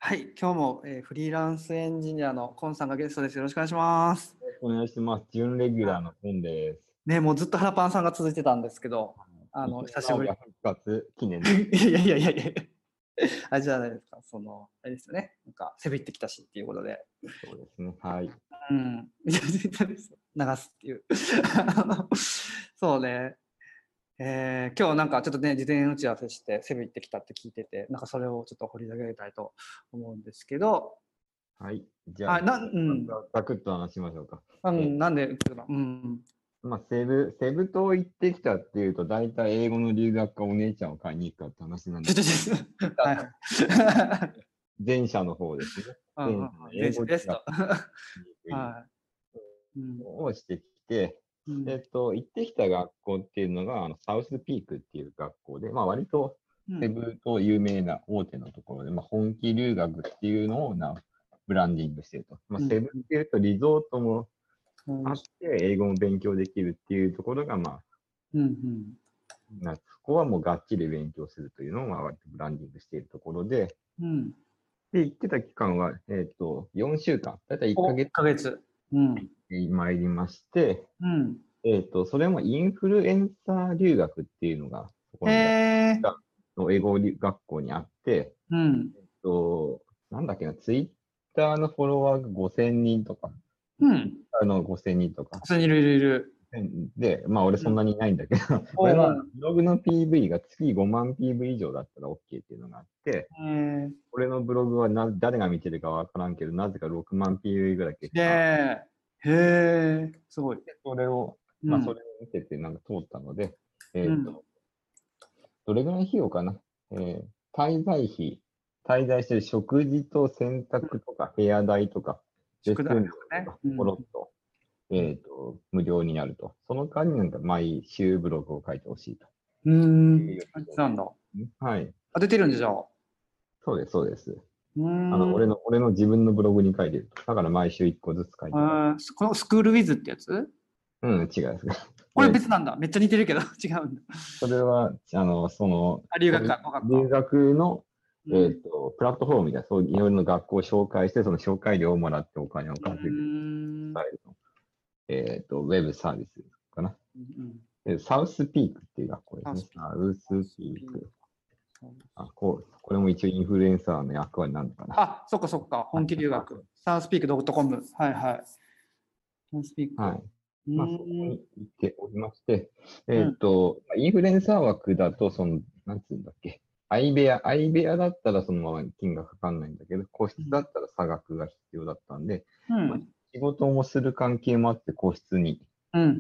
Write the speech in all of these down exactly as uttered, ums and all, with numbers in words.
はい、今日も、えーフリーランスエンジニアのコンさんがゲストです。よろしくお願いします。 よろしくお願いします。準レギュラーのコンです。 ね、もうずっとハラパンさんが続いてたんですけど、あの、 いき久しぶり。 なり復活記念で。 いやいやいやいやいやあれじゃないですか、その、あれですよね、なんか、せびってきたしっていうことで、 そうですね。はい。 うん、いや全然ですよ流すっていう。あのそうね、えー今日なんかちょっとね、事前打ち合わせして、せびってきたって聞いてて、なんかそれをちょっと掘り上げたいと思うんですけど、 はい。じゃあ、 はい、な、うん、 ざくっと話しましょうか。えうん、なんで、うん、 まあ、セブ、セブ島行ってきたっていうと、大体英語の留学かお姉ちゃんを買いに行くかって話なんですちょちょちょ、はい。 前者の方ですね。 うんうんうん、 前者の英電語留学車ですと。 にはい。うん。 をしてきて、 うん。 えっと、行ってきた学校っていうのが、あのサウスピークっていう学校で、まあ、割とセうん。 ブ島有名な大手のところで、まあ、本気留学っていうのをなブランディングしていると。まあ、 うん。 セブっていうとリゾートもうん。 あって、英語も勉強できるっていうところが、まあ、 うん。 なそこはもうがっちり勉強するというのを、まあ、割とブランディングしているところで、 うん。 で、行ってた期間は、えっと、よんしゅうかん、だいたい1 お、 ヶいっかげつ。うん。 月参りまして、 うん。 えっと、それもインフルエンサー留学っていうのが、そこへの学え。 の英語学校にあって、 うん。 えっと、なんだっけな、ツイッターのフォロワーがごせんにんとか、 うん。 あのごせんにんとか。 普通にいるいるいる。 で、まあ俺うん。 そんなにいないんだけど、 お俺のう。 ブログの ピーブイ が月ごまんピーブイ 以上だったら OK っていうのがあって、 へえ。 俺のブログはな誰が見てるかわからんけど、なぜかろくまんピーブイ ぐらい結果、 で、へえ。すごい。 でそれを、まあそうん。 れを見ててなんか通ったので、えっと、 うん。 どれぐらい費用かな。えー滞在費、滞在してる食事と洗濯とか部屋代とか、レッ宿題とスン料かね。 とか、 うん。 ポロッと、 うん。 えっと、無料になると。その代わりになんか毎週ブログを書いてほしいとうーん。 いうよあ、 うなんだ。 な。はい。 あ、出てるんでじゃあ。 そうです、そうです。 うーあの、俺ん。 の、俺の自分のブログに書いてる。だから毎週一個ずつ書いてた。 あー、このスクールウィズってやつ？ うん、違うですね。 これえー別なんだ。めっちゃ似てるけど違うんだ。 それは、あの、その、 あ、留学か、 そういう語学か。 留学の、 うん。 えっと、プラットフォームみたいな、そういういろいろな学校を紹介して、その紹介料をもらってお金をうー稼ぐスん。 タイルの、えっと、ウェブサービスかな。 うん。 でサウスピークっていう学校ですね。 サウスピーク。 サウサウスピーク。 スピーク。 あ、こう、これも一応インフルエンサーの役割なのかな。 あ、そっかそっか。本気留学。サウスピークドットコム。はいはい。サウスピーク。 はい。 うまあ、そこーん。 に行っておりまして、えっうん。 と、インフルエンサー枠だと、その、なんつうんだっけ、相部屋、相部屋だったらそのまま金がかかんないんだけど、個室だったら差額が必要だったんで、まあ、 うん。 仕事もする関係もあって個室にうん。うん。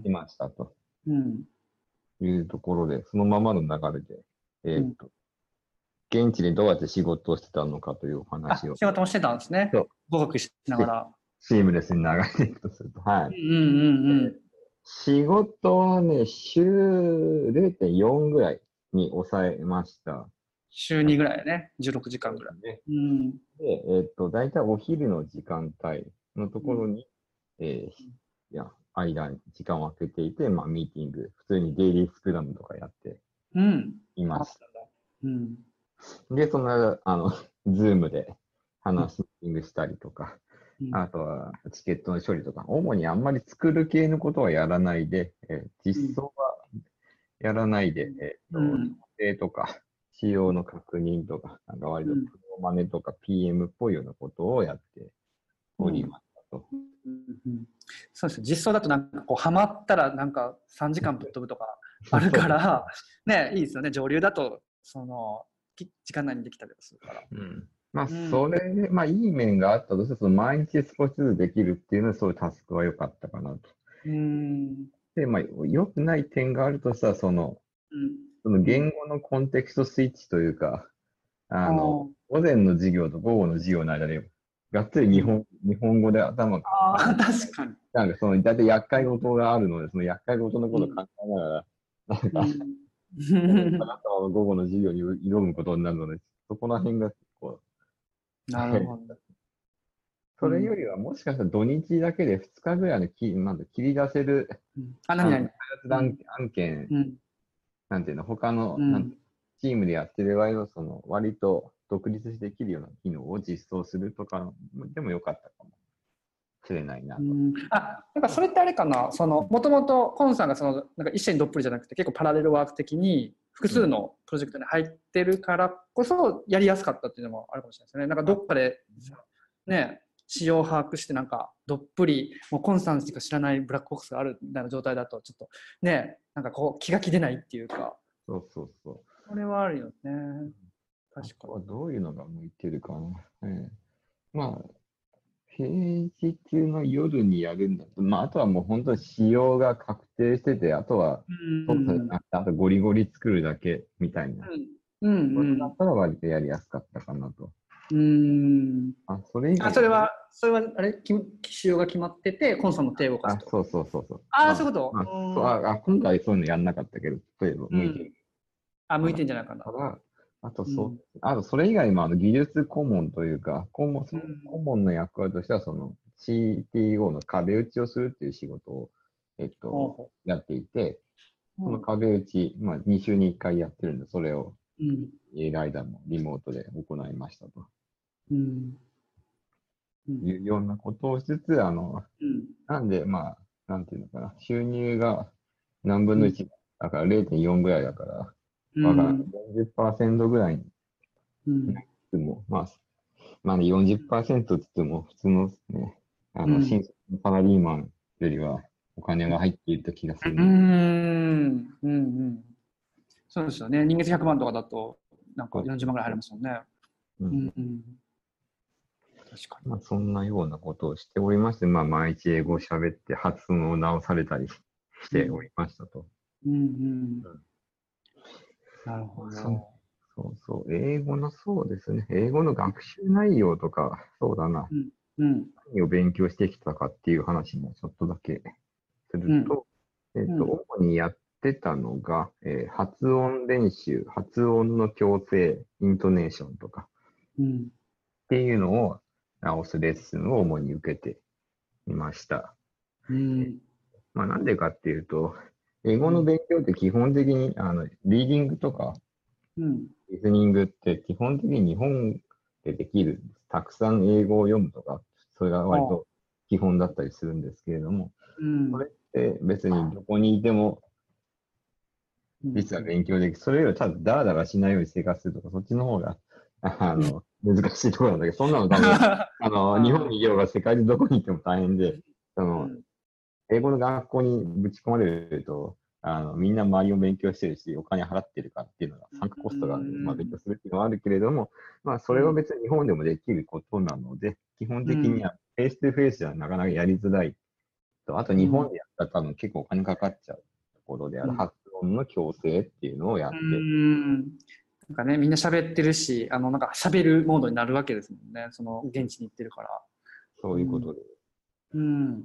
いましたとうん。 いうところで、そのままの流れで、 うん。 えっと、現地でどうやって仕事をしてたのかというお話あ、 を、 仕事もしてたんですね。 そう語学しながら。 シームレスに流れていくとすると、はい。 うんうんうんうん。 仕事はね、週れいてんよんぐらいに抑えました。 週にぐらいね。じゅうろくじかんぐらい。 そうですね。 うん。 で、えっと、大体お昼の時間帯のとうん。 ころに、えーいや、間に時間を空けていて、まあ、ミーティング、普通にデイリースクラムとかやってうん。 いましあったんだ。うん。 た。で、その間、あの、ズームでうん。 話ミーティングしたりとか、 うん。 あとはチケットの処理とか、主にあんまり作る系のことはやらないで、えーうん。 実装はやらないで、えっと、調うん。 整とか、仕様の確認とか、なんか割とプうん。 ロマネとか ピーエム っぽいようなことをやっておりうん。 ましたと。 うん。そうです。実装だとなんかこうハマったらなんかさんじかんぶっ飛ぶとかあるそうです。 からね、いいですよね。上流だとそのき時間内にできたりするから。 うん。まあ、 うん。 それで、まあ、いい面があったとして、その毎日少しずつできるっていうのは、そういうタスクは良かったかなと。 うん。 で、まあ、良くない点があるとしたら、その、 うん。 そのうん。 言語のコンテクストスイッチというか、 ああの、 あ。 午前の授業と午後の授業の間で、がっつりうん。 日本、日本語で頭が、 ああ、 あの、 確かに。 なんかその、だいたい厄介事があるので、その厄介事のうん。 ことを考えながら、なんか、 うん。 えーあなたは午後の授業に挑むことになるので、そこら辺が結構、 なるほど。うそれよん。 りはもしかしたら土日だけでふつかぐらいのき、なんだ、切り出せる、 うん。あ、なあの、 になに。 開発案うん。 案件、 うん。 なんていうの、他の、なんうん。 チームでやってる場合は、その、割と独立できるような機能を実装するとかでもよかったかもしれないなと。 うん、あ、なんかそれってあれかな、そのもともとコンさんがそのなんか一社にどっぷりじゃなくて結構パラレルワーク的に複数のプロジェクトに入ってるからこそやりやすかったっていうのもあるかもしれないですね。なんかどっかでね、仕様を把握してなんかどっぷりもうコンさんしか知らないブラックボックスがあるみたいな状態だとちょっとね、なんかこう気が気出ないっていうか。 そうそうそう。 これはあるよね。確かに。 どういうのが向いてるかな。ええ、まあ、平日の夜にやるんだと、まあ、あとはもう本当に仕様が確定してて、あとは、 うん、 あとゴリゴリ作るだけみたいな。 うん、うん、 だったら割とやりやすかったかなと。 うん。 あ、それ以外あ、それは、それは、あれ、き仕様が決まってて、コンさんの手を動かすあ、 と。 そうそうそうそう。 ああ、 まあ、 そういうこまあ、そうと。 あ、あ今回そういうのやんなかったけど、例えばうん。う向いてる。 ん。あ、向いてんじゃないかな。 ただ、あとそう、 うん。 あとそれ以外もあの技術顧問というか、顧問、そのうん。 顧問の役割としては、その シーティーオー の壁打ちをするっていう仕事を、えっと、 ほうほやっていて、 う。 そのうん。 壁打ち、まあ、に週にいっかいやってるんで、それを、 うん。 いる間もリモートで行いましたとうん。うん。 いうようなことをしつつ、あの、 うん。 なんで、まあ、なんていうのかな、収入が何分のうん。 いち、だかられいてんよんぐらいだから、 うわからない。 ん。 よんじゅっパーセントぐらいにうん。 でも、まあ、まあね、よんじゅっパーセントって言っても、普通のね、あの、 うん。 新卒のサラリーマンよりはお金が入っている気がするうので。 ん。うん。そうですよね。人月ひゃくまんとかだと、なんかそうよんじゅうまんぐらい入りますもんね。 うん、 うん。確かまあ、そんなようなことをしておりまして、まあ、毎日英語を喋って発音を直されたりしに。 ておりましたと。 うん。うん。うん。 うん、 なるほそうど。 そうそう、英語のそうですね、英語の学習内容とか、そうだな、 うん。うん。 何を勉強してきたかっていう話もちょっとだけすうん。 ると、えっと、 うん。 主にやってたのが、えー発音練習、発音の矯正、イントネーションとかうん。 っていうのを直すレッスンを主に受けていました。 うん。 まあ、なんでかっていうと、英語のうん。 勉強って基本的に、あの、リーディングとか、 うん。 リスニングって基本的に日本でできる、たくさん英語を読むとか、それが割はあ。 と基本だったりするんですけれども、 うん。 それって別にどこにいてもうん。 実は勉強でき、それよりただダラダラしないように生活するとか、そっちの方が、あうん。 の、難しいところなんだけど、そんなの多分、あの、日本あにいようが世界中どこに行っても大変で、その、 うん。 英語の学校にぶち込まれると、あの、みんな周りを勉強してるし、お金払ってるからっていうのが、参加コストがあるので、まあ勉強するっていうのはあるけれども、まあそうん。 れは別に日本でもできることなので、基本うん。 的にはフェイス2フェイスではなかなかやりづらいと、あとうん。 日本でやったら多分結構お金かかっちゃうところであうん。 る発音の矯正っていうのをやうって、 ん。なんかね、みんな喋ってるし、あの、なんか喋るモードになるわけですもんね。その、現地に行ってるから。うん。 そういうことで。 うん。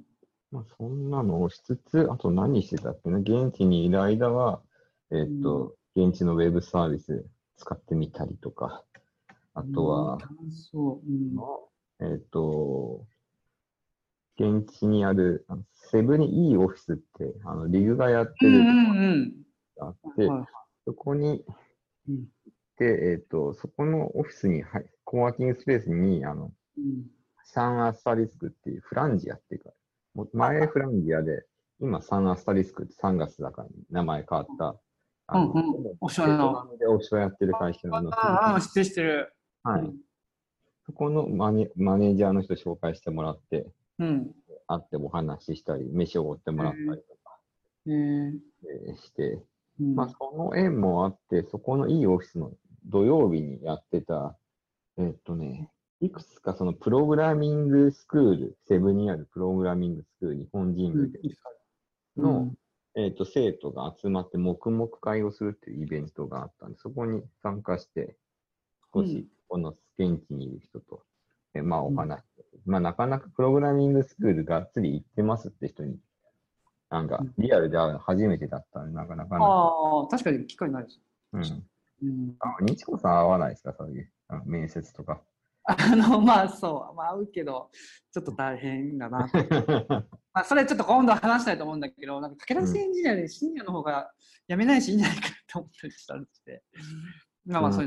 まあそんなのをしつつ、あと何してたっけな、現地にいる間は、えっうん。 と、現地のウェブサービス使ってみたりとか、あとうん。 は、 楽しそう。うん。 の、えっと、現地にある、あのセブンイーオフィスって、あの、リグがやってうんるとこうんうん。 ろがあって、 はいはい。 そこにうん。 行って、えっと、そこのオフィスに、はい、コワーキングスペースに、あの、 うん。 サンアスタリスクっていうフランジアっていうか、もう前フランジアで、今サンアスタリスクってさんがつだから名前変わった、あの、 うんうん。おしゃれベトナな。 ムでオフィスをやってる会社のフィリピン、 ああ、知ってる知ってる。 はい。 うん。 そこのマネ、マネージャーの人紹介してもらって、 うん。 会ってお話ししたり、飯をおごってもらったりとか、 えー、 えーして、まあ、 うん。 その縁もあって、そこのいいオフィスの土曜日にやってた、えーっとね、いくつかそのプログラミングスクール、セブンにあるプログラミングスクール、日本人うん。 向けの、 うん。 えーっと、生徒が集まって黙々会をするっていうイベントがあったんで、そこに参加して、少し、 うん。 この現地にいる人と、えまあ、おうん。 話し、まあ、なかなかプログラミングスクールがっつり行ってますって人に、なんか、リアルで会うの初めてだったんで、なかなかなく、 ああ、確かに機会ないです。 うん。 うん。 あ、日子さん合わないですか、そういう、あの面接とか。 あの、まあそう、まあ合うけど、ちょっと大変だなっていう。まあそれちょっと今度話したいと思うんだけど、なんか武田うん。 エンジニアでシニアの方が辞めないしいいんじゃないかと思ったりしたりして。まあまあそういうのあり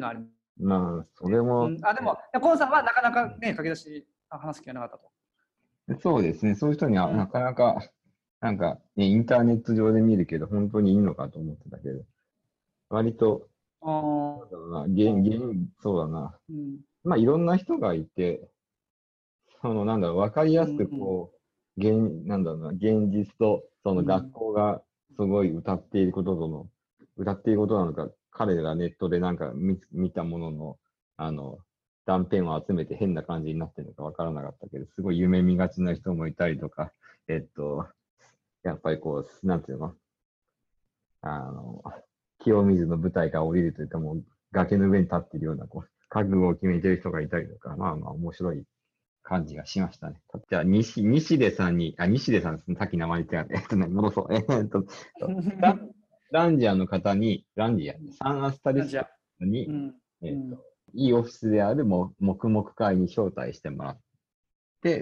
まあ、それも、 うん、あでも、コンさんはなかなかね、駆け出し話す気がなかったと。 そうですね。そういう人にはうん、 なかなか、なんか、ね、インターネット上で見るけど、本当にいいのかと思ってたけど、割と、なんあだろうな、現、現、そうだな。 うん、 まあ、いろんな人がいて、その、なんだろう、わかりうん、 やすく、 うん、 こう、現、なんだろうな、現実と、その学うん、 校がすごい歌っていることとの、歌っていることなのか、彼らがネットでなんか見、見たものの、あの、断片を集めて変な感じになってるのかわからなかったけど、すごい夢見がちな人もいたりとか、えっと、やっぱりこう、なんていうの、あの、清水の舞台から降りるというか、もう崖の上に立っているような、こう、覚悟を決めている人がいたりとか、まあまあ面白い感じがしましたね。じゃあ、西、西出さんに、あ、西出さんですね。さっき名前言ってた。えっとね、戻そう。えっと、ラランジアの方に、ランジア、サンアスタリストじゃあ、うに、 ん、 えっと、 うん、 いいオフィスであるも黙々会に招待してもらって、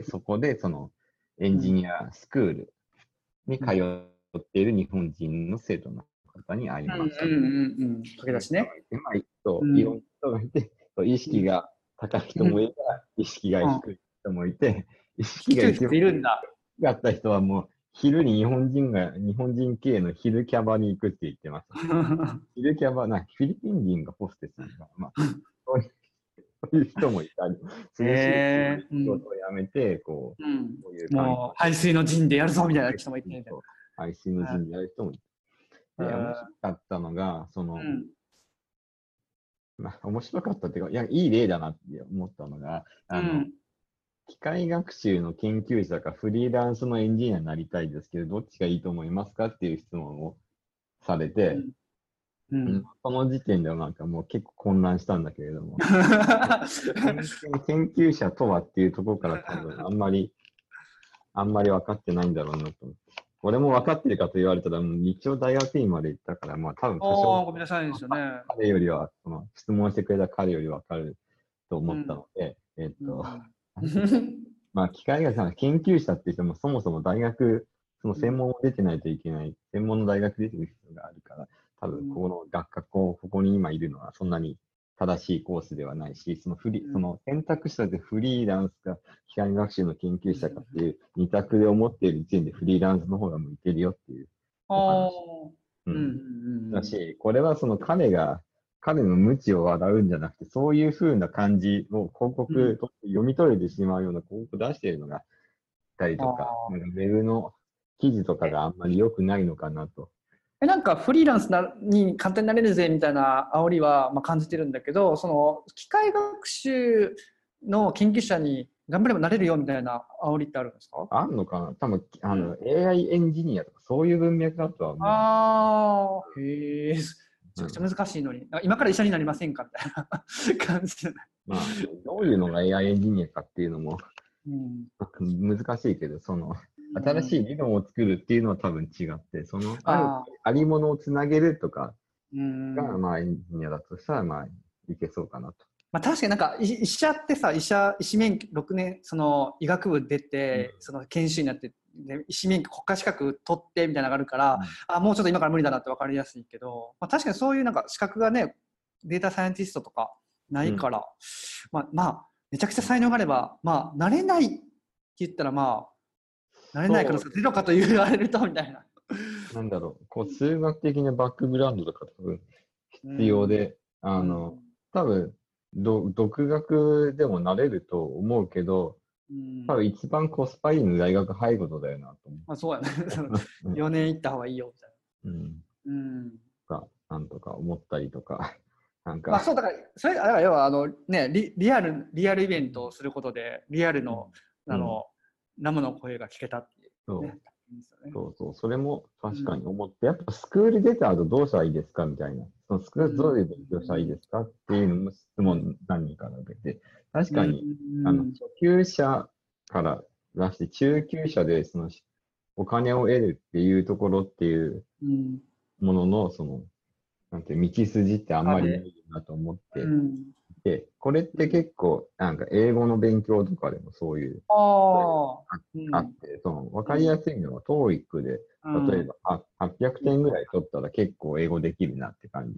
そこでそのエンジうん、 ニアスクールにうん、 通っている日本人の生徒の方に会いうん、 ました。 うん、うん、駆け出しね。 で、まあ、そうん、 ういろんな人がいて、そう意うん、 識が高いうん、 人もいれば、意識が低い人もいて、意識が一番低い人いるんだ。 低かった人はもう、昼に日本人が、日本人経営の昼キャバに行くって言ってました。昼キャバ、な、フィリピン人がホステスなのかな。まあ、そういうそういう人もいたり、涼しいへえ、うん、 仕事を辞めて、こうん。 う、こういう感じもう、排水の陣でやるぞみたいなで、 人もいてみたい配信のな。 人事やる人もいて、で、面白あかったのが、その、 うん、 まあ、面白かったっていうか、いや、いい例だなって思ったのが、あの、 うん、 機械学習の研究者かフリーランスのエンジニアになりたいですけど、どっちがいいと思いますかっていう質問をされて、 うん、ううん、 ん。 その時点ではなんかもう結構混乱したんだけれども、研研究者とはっていうところから多分あんまり、あんまり分かってないんだろうなと思って。俺も分かってるかと言われたら、もう一応大学院まで行ったから、まあ多分多少、 おー、ごめんなさいですよね。 彼よりは、その質問してくれた彼より分かると思ったうん、 ので、えっと、 うん、 なんていうか、まあ機械学者の研究者って人もそもそも大学、そのうん、 専門を出てないといけない、専門の大学出てる人があるから、多分この学科、こうここに今いるのはそんなに正しいコースではないし、そのフリ、その選択肢としてフリーランスか機械学習の研究者かっていう二択で思っている時点でフリーランスの方が向いてるよっていうお話。 おー、うん、ううん。 ん、うん。 だし、これはその彼が、彼の無知を笑うんじゃなくて、そういう風な感じを広うん、 告と読み取れてしまうような広告を出しているのがいたりあとか、なんかーウェブの記事とかえ、 があんまり良くないのかなと。 えなんかフリーランスなに簡単になれるぜみたいな煽りはまあ感じてるんだけど、その機械学習の研究者に頑張ればなれるよみたいな煽りってあるんですか？ あんのかな多分、あの、 うん、 エーアイ エンジニアとかそういう文脈だとは思ああ、へえ、めちう。うん。 ゃくちゃ難しいのに、あ今から医者になりませんかみたいな感じじゃない。 まあ、どういうのが エーアイ エンジニアかっていうのもうん、 難しいけど、その、 う新しいん、 理論を作るっていうのは多分違って、その、あるああ、 ありものをつなげるとかうが、 ん。 まあ、エンジニアだとしたら、まあ、いけそうかなと。 まあ、確かになんか医医者ってさ、医者医師免許ろくねんその医学部出てその研修になってで医師免許国家資格取ってみたいなのがあるから、 うん。 あもうちょっと今から無理だなって分かりやすいけど、まあ、確かにそういうなんか資格がねデータサイエンティストとかなうん。 いから、まあ、まあめちゃくちゃ才能があればまあなれないって言ったらまあなれない可能性ゼロかと言われるとみたいな。 なんだろう、こう、数学的なバックグラウンドとか多分必要うんで、あうんの、多分、ど独学でもなれると思うけど、 うん多分一番コスパいいの大学入ることだよなと思まあ、そうやね。 う。 よねん行った方がいいよみたいうん。 な。うんか、なんとか思ったりとか、なんまあそか、 うだからそれだから要はあのねリリアルリアルイベントをすることでリアルうん。 のうん。 あの生の声が聞けたっていうね。 そう。 いいですよね。 そうそう、それも確かうんに思って、やっぱスクール出た後どうしたらいいですかみたいな。そのスクールどうんういう勉強したらいいですかっていうのも質問何人か受けて、確うんかに、あの、初級者から出して中級者でそのお金を得るっていうところっていううんものの、その、なんていう道筋ってあんまりなあで、 いなと思ってうんで、これって結構、なんか英語の勉強とかでもそういう、 あああうんあって、その、わかりやうんすいのは、トーイックで、 うん例えば、あ、はっぴゃくてんぐらい取ったら結構英語できるなって感じ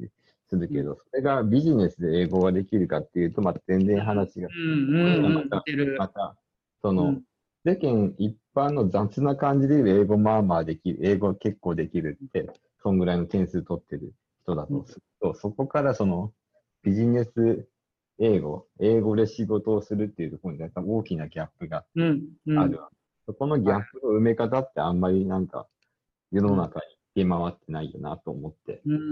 するけど、それがビジネスで英語ができるかっていうと、また全然話が、 うんうんうん、似また、 てる。 また、その、 うん世間一般の雑な感じで言う英語まあまあできる、英語結構できるって、そんぐらいの点数取ってる人だうんとすると、そこからそのビジネス英語、英語で仕事をするっていうところになんか大きなギャップがうんうんあるわけ。そこのギャップの埋め方ってあんまりなんか世の中に出回ってないよなと思ってうん。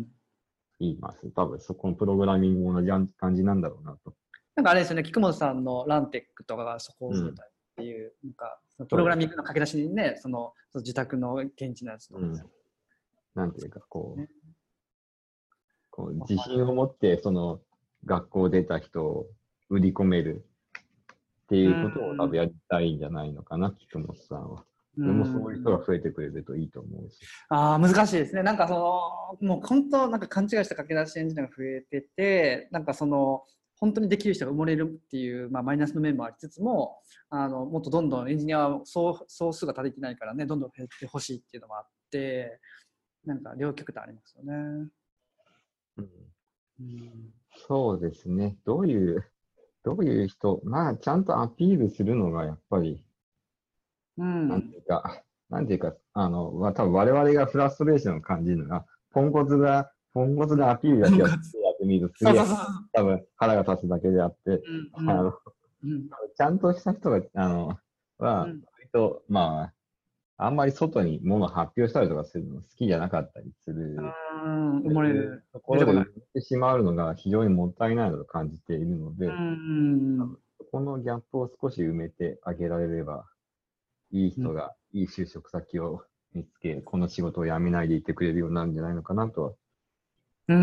言います。多分そこのプログラミングも同じ感じなんだろうなと。 なんかあれですよね、菊本さんのランテックとかがそこをうん。 受けたっていう、なんかそのプログラそミングの駆け出しにね、そのその自宅の現地のやつう。うん。 とかですよなんていうか、こう、 ね。 こうわかる。 自信を持ってその学校出た人を売り込めるってういうことを多分んやりたいんじゃないのかな、菊本さんは。 うでもそういう人ん。 が増えてくれるといいと思うし。 ああ、難しいですね。なんかその、もう本当、なんか勘違いした駆け出しエンジニアが増えてて、なんかその、本当にできる人が埋もれるっていう、まあ、マイナスの面もありつつも、あのもっとどんどんエンジニアは総総数が足りてないからね、どんどん減ってほしいっていうのもあって、なんか両極端ありますよね。 うん、 うん。 そうですね。どういう、どういう人、まあ、ちゃんとアピールするのがやっぱり、 うなんてん。 いうか、なんていうか、あの、まあ、多分我々がフラストレーションを感じるのが、ポンコツが、ポンコツがアピールだけやってやってみると、すげえ、 そうそうそう。 多分腹が立つだけであって、 うんうんあの、 うんちゃんとした人が、あの、は、 うん割と、まあ、あんまり外に物を発表したりとかするの好きじゃなかったりする、 うん埋もれる。 ところで売っ出てこない。 てしまうのが非常にもったいないなと感じているので、 うんうんそこのギャップを少し埋めてあげられれば、いいうん人がいい就職先を見つけ、この仕事を辞めないでいてくれるようになるんじゃないのかなとはうん。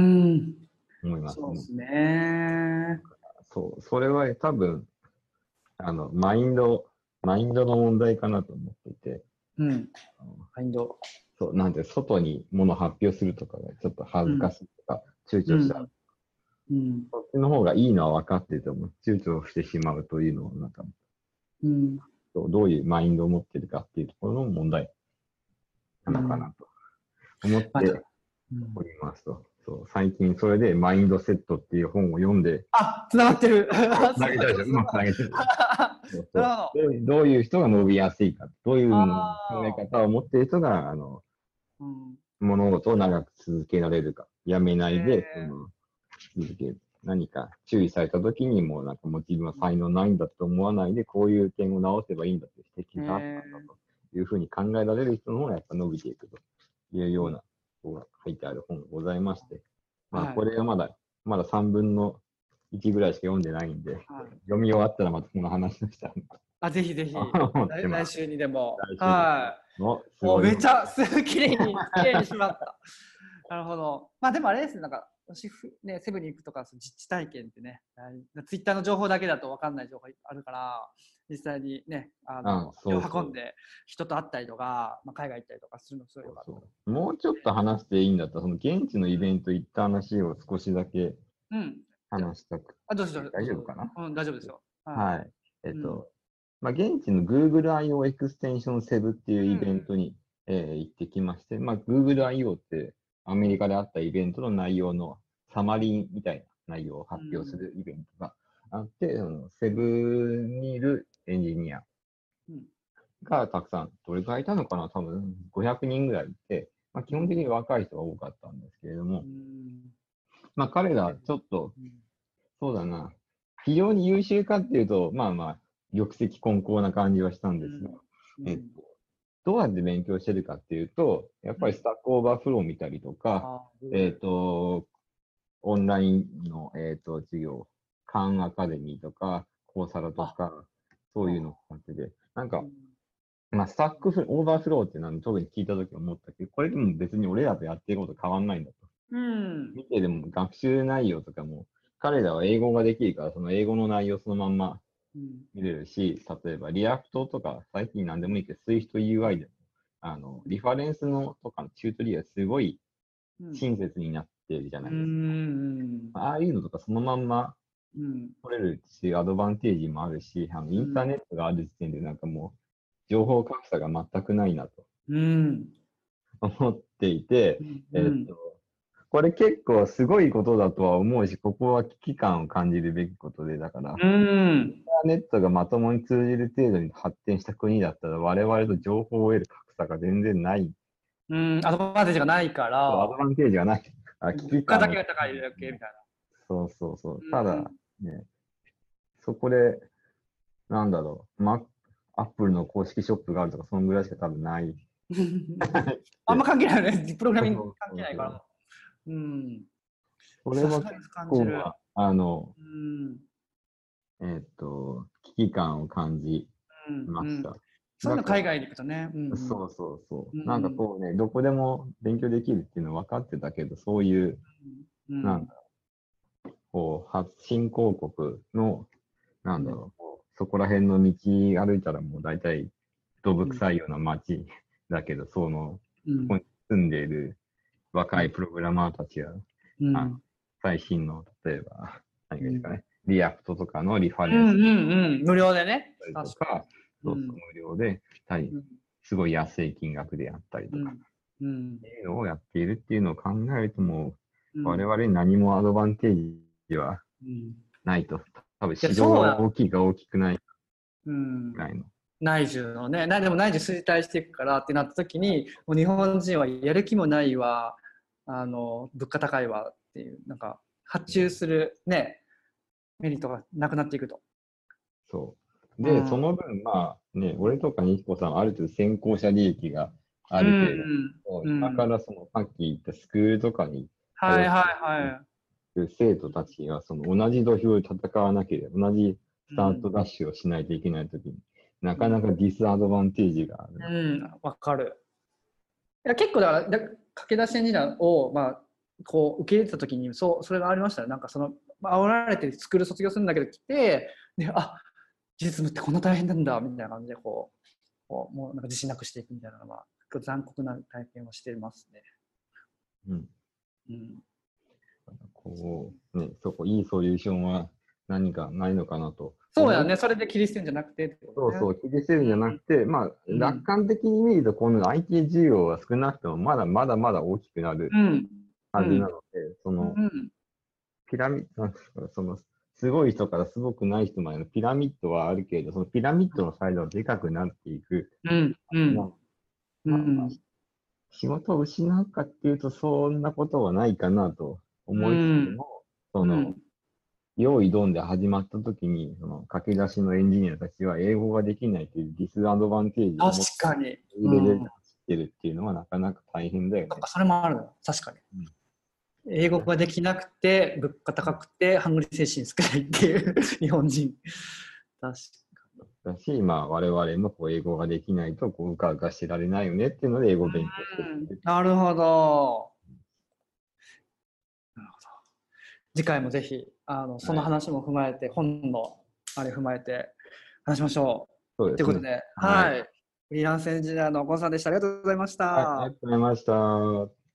思いますね。 そうですね。 そう、それは多分、あの、マインド、マインドの問題かなと思っていて、 うん。 あのマインド。 そう、なんで、外に物を発表するとかがちょっと恥ずかしいとか、躊うん。 躇しちゃう。 うん。 そっちの方がいいのは分かってても、躊躇してしまうというのを、なんか、 うん。 そうどういうマインドを持ってるかっていうところの問題なのかなと思っまた。 ておりますと。そう、最近それでマインドセットっていう本を読んで、 あ、つながってる。 つなげたでしょ、うまくつなげてる。そうそうなるほど。 どういうどういう人が伸びやすいか、どういうあもの考えあ。 方を持っている人が、あの、 うん。 物事を長く続けられるか、やめないで、そえの、続ける。何か注意されたときにも、なんかもう自分は才能ないんだと思わないで、こういう点を直せばいいんだという指ー、 摘があったんだえというふうに考えられる人の方がやっぱ伸びていくというー、うん。 ようなことが書いてある本がございまして、まあはい。 これがまだ、まださんぶんのいちぐらいしか読んでないんで、 はい。 読み終わったらまたこの話をしたいなあ、ぜひぜとひ。 思ってます。 来来週にでも。 来週にはい。 のすお、 ごい本。 めちゃ、すごい綺麗に、綺麗にしまった。なるほど。まあでもあれですね、なんか、私、ふね、セブンに行くとか、その実地体験ってね、ツイッターの情報だけだと分かんない情報あるから、実際にね、ああ、 の、手をそうそう。 運んで人と会ったりとか、まあ、海外行ったりとかするのすごいそうよかった。 そうもうちょっと話していいんだったら、その現地のイベント行った話を少しだけうん。じゃ話したくあ、どうぞどうて、 ぞ。どうぞ大丈夫かな？ うん、大丈夫ですよ。ははい。えっい。うん。 と、まあ、現地の Google アイオー エクステンションセブっていうイベンうん。 トに、えー行ってきまして、まあ、Google アイオー ってアメリカであったイベントの内容のサマリーみたいな内容を発表するイベントがあって、そのセブにいるエンジニアうん。 がたくさん、どれくらいいたのかな多分ごひゃくにんぐらいいて、まあ、基本的に若い人が多かったんですけれども、 うん。 まあ、彼らちょっと、 うん。 そうだな、非常に優秀かっていうと、まあまあ、玉石混交な感じはしたんですが、 うん。 えっと、どうやって勉強してるかっていうと、やっぱりスタックオーバーフロー見たりとか、 あー、 えっと、オンラインの、えっと、授業、カンアカデミーとか、コーサラとあ、 か、そういうのを使ってて、なんか、 うん。 まあ、スタックフオーバーフローっていうのは特に聞いたとき思ったけど、これでも別に俺らとやってること変わんないんだと。 うん。 見てでも学習内容とかも、彼らは英語ができるから、その英語の内容そのまんまうん見れるし、例えばリアクトとか、最近何でもいいけど、Swift ユーアイ でも、あの、リファレンスのとかのチュートリアルすごいうん親切になってるじゃうないですか。 んああいうのとかそのまんまうん取れるし、アドバンテージもあるし、あのインターうんネットがある時点でなんかもう、情報格差が全くないなとうん思っていて、 うんえっと、 これ結構すごいことだとは思うし、ここは危機感を感じるべきことで、だから、インタうん。 ーネットがまともに通じる程度に発展した国だったら、我々と情報を得る格差が全然ない、 うん。アドバンテージがないかアドら、 バンテージがない、あ、危機物価だ感を、 けが高いだけみたいそうそうそう。 な。うん。 ただ、ね、そこで、なんだろう、マアップルの公式ショップがあるとか、そのぐらいしか多分ない。 あんま関係ないよね。プログラミングそう関そうそう。 係ないから。うん。 これは結さすがに感じる。 構は、あの、 うん。 えーっと、危機感を感じうん。うん。 ました。 そういうのだから、 海外に行くとね。うん。 そうそうそう。なんかうん。 こうね、どこでも勉強できるっていうのは分かってたけど、そういう、 うん。 なんか、こう、発信広告の、なんだうん。 ろう、こうそこら辺の道歩いたらもう大体、どぶうん。 臭いような街だけど、その、 うん。 そこに住んでいるうん。 若いプログラマーたちは、あのうん。 最新の、例えば、何うん。 がいいですかね、リアクトとかのリファうん。 レンスうん。無料でね。 たりと確かか、 に。うそうそう、 ん。 無料で、はいうん。 すごい安い金額でやったりとか、 うん。うん。 っていうのをやっているっていうのを考えると、もう、我うん。 々に何もアドバンテージはうん。いないと。多分や、 市場がそうや。 大きいか大きくないうん。 ぐらいの。 内需のね、なでも内需衰退していくからってなった時に、もう日本人はやる気もないわ、あの物価高いわっていう、なんか発注するね、メリットがなくなっていくと。 そう。で、そうん。 の分、まあね、俺とか西子さんはある程度先行者利益があうるけれどん。 も、 うん。うん。 今からそのさっき言ったスクールとかに通はいってはいはい。 いる生徒たちがその同じ土俵で戦わなければ、同じスターうん。 トダッシュをしないといけないときになうん。 かなかディスアドバンテージがある。 うん、わかる。いや結構だからだ駆け出しエンジニアを、まあ、こう受け入れた時にそうそれがありましたね。なんかその、まあ煽られてスクール卒業するんだけど来て、で、あ、実務ってこんな大変なんだみたいな感じでこう、こうもうなんか自信なくしていくみたいなのは残酷な体験をしていますね。 うん。 うん、 こう、ね、そこ、いいソリューションは何かないのかなと思い、 そうやね。それで切り捨てるんじゃなくてってことね。 そうそう、気にしてるんじゃなくて、まあ、楽うん。 観的に見ると、この アイティー 需要は少なくとも、まだまだまだ大きくなるうん。うはずなん。 ので、その、 うん。 ピラミッド、なんですか、その、すごい人からすごくない人までのピラミッドはあるけれど、そのピラミッドのサイズがでかくなっていく。 うん。うん。 まあ、 うまあ、まあ、 ん。 仕事を失うかっていうと、そんなことはないかなとう思いつつん。 も、その、 うん。 用意ドンで始まった時に、その駆け出しのエンジニアたちは英語ができないというディスアドバンテージを確持ってかに。 入れで走うん。 ってるっていうのはなかなか大変だよね。 そっか、それもあるの。確かに。 うん英語ができなくて、物価高くて、ハングリー精神少ないっていう日本人。確かだし、まあ、我々もこう英語ができないとこううかうかしてられないよねっていうので英語を勉強してるに。 っていう。 なるほど。なるほど。次回もぜひ、あの、そはい。 の話も踏まえて、本のあれ踏まえて話しましょう。 そうですね。 ということで、 はい。 はい。フリーランスエンジニアのゴンさんでした。ありがとうございましはい、ありがた。 とうございました。